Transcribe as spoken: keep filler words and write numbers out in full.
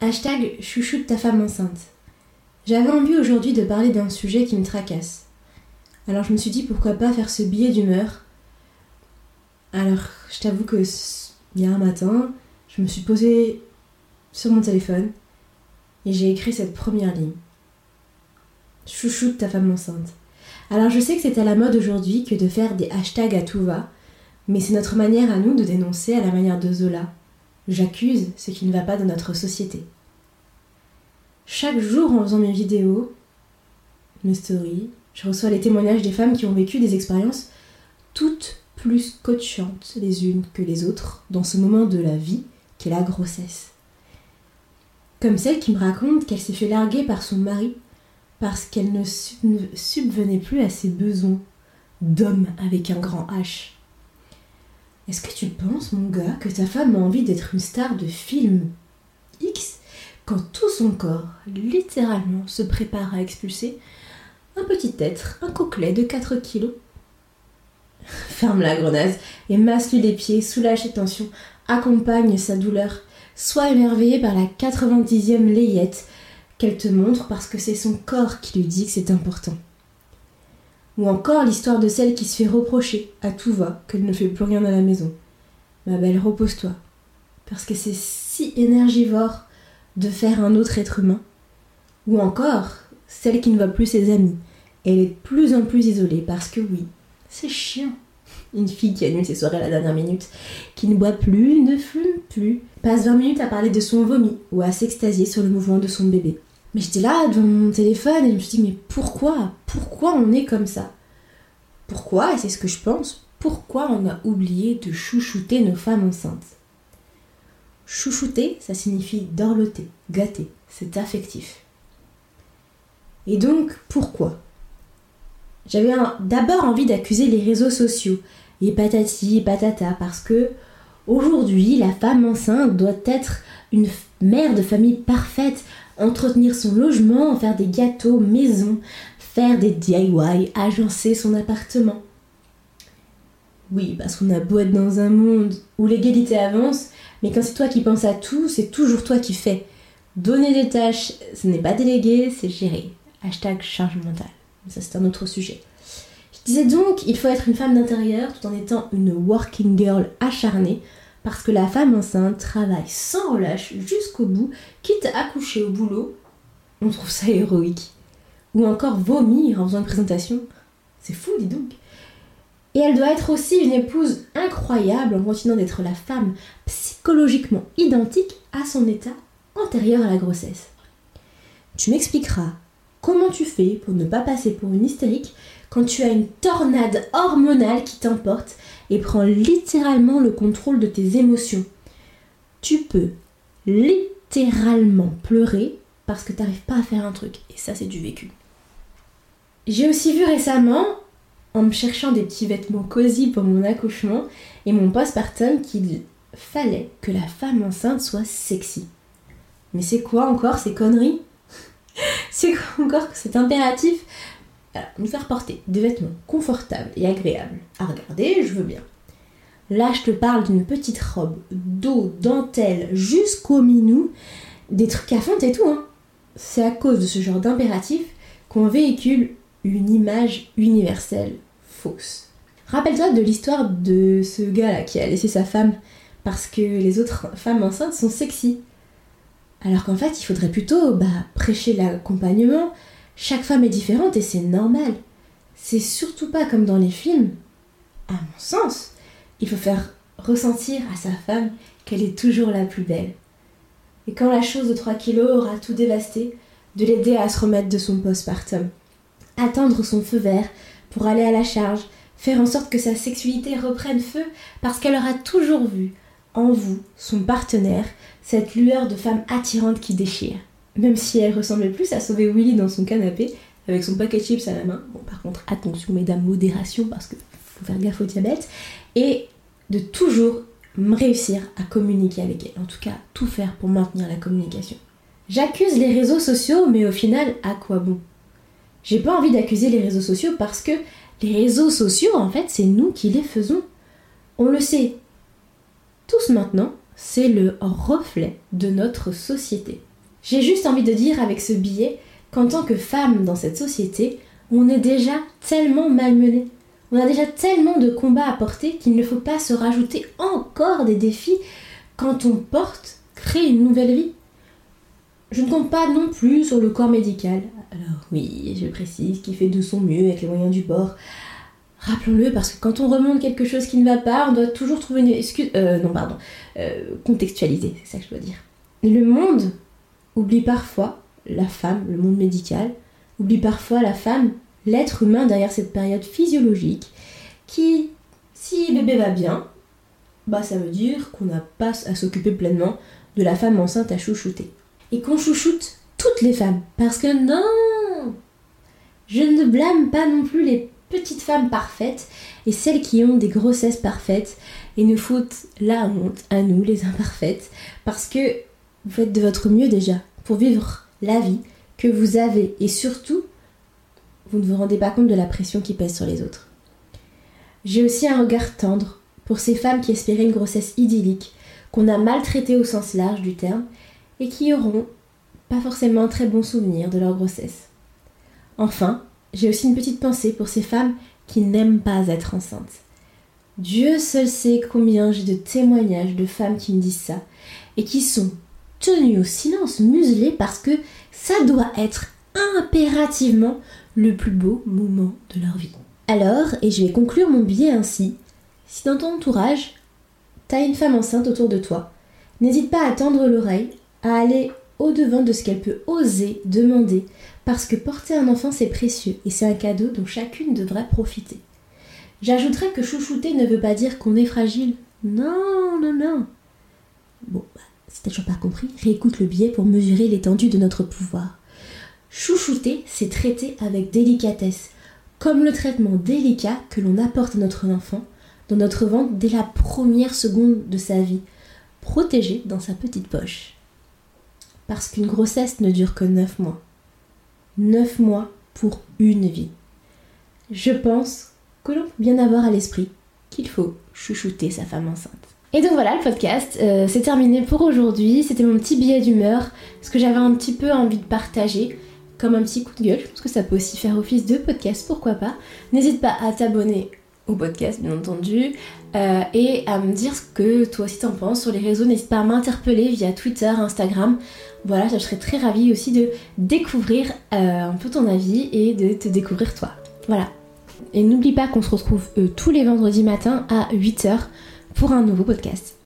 Hashtag chouchoute ta femme enceinte. J'avais envie aujourd'hui de parler d'un sujet qui me tracasse. Alors je me suis dit pourquoi pas faire ce billet d'humeur. Alors je t'avoue que il y a un matin, je me suis posée sur mon téléphone et j'ai écrit cette première ligne. Chouchoute ta femme enceinte. Alors je sais que c'est à la mode aujourd'hui que de faire des hashtags à tout va, mais c'est notre manière à nous de dénoncer à la manière de Zola. J'accuse ce qui ne va pas dans notre société. Chaque jour en faisant mes vidéos, mes stories, je reçois les témoignages des femmes qui ont vécu des expériences toutes plus coachantes les unes que les autres dans ce moment de la vie qu'est la grossesse. Comme celle qui me raconte qu'elle s'est fait larguer par son mari parce qu'elle ne subvenait plus à ses besoins d'homme avec un grand H. Est-ce que tu penses, mon gars, que ta femme a envie d'être une star de film X quand tout son corps, littéralement, se prépare à expulser un petit être, un coquelet de quatre kilos? Ferme la grenasse et masse-lui les pieds, soulage ses tensions, accompagne sa douleur. Sois émerveillé par la quatre-vingt-dixième layette qu'elle te montre parce que c'est son corps qui lui dit que c'est important. Ou encore l'histoire de celle qui se fait reprocher à tout va qu'elle ne fait plus rien à la maison. Ma belle, repose-toi. Parce que c'est si énergivore de faire un autre être humain. Ou encore celle qui ne voit plus ses amis. Elle est de plus en plus isolée parce que oui, c'est chiant. Une fille qui annule ses soirées à la dernière minute, qui ne boit plus, ne fume plus, passe vingt minutes à parler de son vomi ou à s'extasier sur le mouvement de son bébé. Mais j'étais là devant mon téléphone et je me suis dit mais pourquoi Pourquoi on est comme ça? Pourquoi, et c'est ce que je pense, pourquoi on a oublié de chouchouter nos femmes enceintes? Chouchouter, ça signifie dorloter, gâter, c'est affectif. Et donc, pourquoi? J'avais un, d'abord envie d'accuser les réseaux sociaux, et patati et patata, parce que aujourd'hui, la femme enceinte doit être une mère de famille parfaite, entretenir son logement, faire des gâteaux maison, faire des D I Y, agencer son appartement. Oui, parce qu'on a beau être dans un monde où l'égalité avance, mais quand c'est toi qui penses à tout, c'est toujours toi qui fais. Donner des tâches, ce n'est pas déléguer, c'est gérer. Hashtag charge mentale. Ça, c'est un autre sujet. Je disais donc, il faut être une femme d'intérieur tout en étant une working girl acharnée, parce que la femme enceinte travaille sans relâche jusqu'au bout, quitte à accoucher au boulot. On trouve ça héroïque. Ou encore vomir en faisant une présentation. C'est fou, dis donc. Et elle doit être aussi une épouse incroyable en continuant d'être la femme psychologiquement identique à son état antérieur à la grossesse. Tu m'expliqueras comment tu fais pour ne pas passer pour une hystérique quand tu as une tornade hormonale qui t'emporte et prend littéralement le contrôle de tes émotions. Tu peux littéralement pleurer parce que tu n'arrives pas à faire un truc. Et ça, c'est du vécu. J'ai aussi vu récemment, en me cherchant des petits vêtements cosy pour mon accouchement et mon postpartum, qu'il fallait que la femme enceinte soit sexy. Mais c'est quoi encore ces conneries? C'est quoi encore cet impératif? Alors, nous faire porter des vêtements confortables et agréables à regarder, je veux bien. Là, je te parle d'une petite robe d'eau, dentelle, jusqu'au minou, des trucs à fonte et tout, hein. C'est à cause de ce genre d'impératif qu'on véhicule une image universelle fausse. Rappelle-toi de l'histoire de ce gars-là qui a laissé sa femme parce que les autres femmes enceintes sont sexy. Alors qu'en fait, il faudrait plutôt bah, prêcher l'accompagnement. Chaque femme est différente et c'est normal. C'est surtout pas comme dans les films. À mon sens, il faut faire ressentir à sa femme qu'elle est toujours la plus belle. Et quand la chose de trois kilos aura tout dévasté, de l'aider à se remettre de son postpartum. Attendre son feu vert pour aller à la charge, faire en sorte que sa sexualité reprenne feu parce qu'elle aura toujours vu en vous, son partenaire, cette lueur de femme attirante qui déchire. Même si elle ressemblait plus à sauver Willy dans son canapé avec son paquet de chips à la main. Bon, par contre, attention mesdames, modération parce qu'il faut faire gaffe au diabète. Et de toujours réussir à communiquer avec elle. En tout cas, tout faire pour maintenir la communication. J'accuse les réseaux sociaux, mais au final, à quoi bon? J'ai pas envie d'accuser les réseaux sociaux parce que les réseaux sociaux, en fait, c'est nous qui les faisons. On le sait tous maintenant, c'est le reflet de notre société. J'ai juste envie de dire avec ce billet qu'en tant que femme dans cette société, on est déjà tellement malmenée. On a déjà tellement de combats à porter qu'il ne faut pas se rajouter encore des défis quand on porte, crée une nouvelle vie. Je ne compte pas non plus sur le corps médical. Alors oui, je précise qu'il fait de son mieux avec les moyens du bord. Rappelons-le, parce que quand on remonte quelque chose qui ne va pas, on doit toujours trouver une excuse... Euh, non, pardon. Euh, contextualiser, c'est ça que je dois dire. Le monde oublie parfois la femme, le monde médical, oublie parfois la femme, l'être humain derrière cette période physiologique, qui, si bébé va bien, bah ça veut dire qu'on n'a pas à s'occuper pleinement de la femme enceinte à chouchouter. Et qu'on chouchoute toutes les femmes, parce que non, je ne blâme pas non plus les petites femmes parfaites et celles qui ont des grossesses parfaites et nous foutent la honte à nous les imparfaites, parce que vous faites de votre mieux déjà pour vivre la vie que vous avez et surtout vous ne vous rendez pas compte de la pression qui pèse sur les autres. J'ai aussi un regard tendre pour ces femmes qui espéraient une grossesse idyllique, qu'on a maltraitées au sens large du terme et qui auront pas forcément un très bon souvenir de leur grossesse. Enfin, j'ai aussi une petite pensée pour ces femmes qui n'aiment pas être enceintes. Dieu seul sait combien j'ai de témoignages de femmes qui me disent ça et qui sont tenues au silence muselées parce que ça doit être impérativement le plus beau moment de leur vie. Alors, et je vais conclure mon billet ainsi, si dans ton entourage, t'as une femme enceinte autour de toi, n'hésite pas à tendre l'oreille, à aller au-devant de ce qu'elle peut oser demander, parce que porter un enfant c'est précieux et c'est un cadeau dont chacune devrait profiter. J'ajouterais que chouchouter ne veut pas dire qu'on est fragile. Non, non, non. Bon, bah, si t'as toujours pas compris, réécoute le billet pour mesurer l'étendue de notre pouvoir. Chouchouter, c'est traiter avec délicatesse, comme le traitement délicat que l'on apporte à notre enfant dans notre ventre dès la première seconde de sa vie, protégé dans sa petite poche. Parce qu'une grossesse ne dure que neuf mois. neuf mois pour une vie. Je pense que l'on peut bien avoir à l'esprit qu'il faut chouchouter sa femme enceinte. Et donc voilà, le podcast, euh, c'est terminé pour aujourd'hui. C'était mon petit billet d'humeur, ce que j'avais un petit peu envie de partager, comme un petit coup de gueule. Je pense que ça peut aussi faire office de podcast, pourquoi pas. N'hésite pas à t'abonner au podcast, bien entendu, euh, et à me dire ce que toi aussi t'en penses sur les réseaux. N'hésite pas à m'interpeller via Twitter, Instagram. Voilà, je serais très ravie aussi de découvrir euh, un peu ton avis et de te découvrir toi. Voilà. Et n'oublie pas qu'on se retrouve euh, tous les vendredis matins à huit heures pour un nouveau podcast.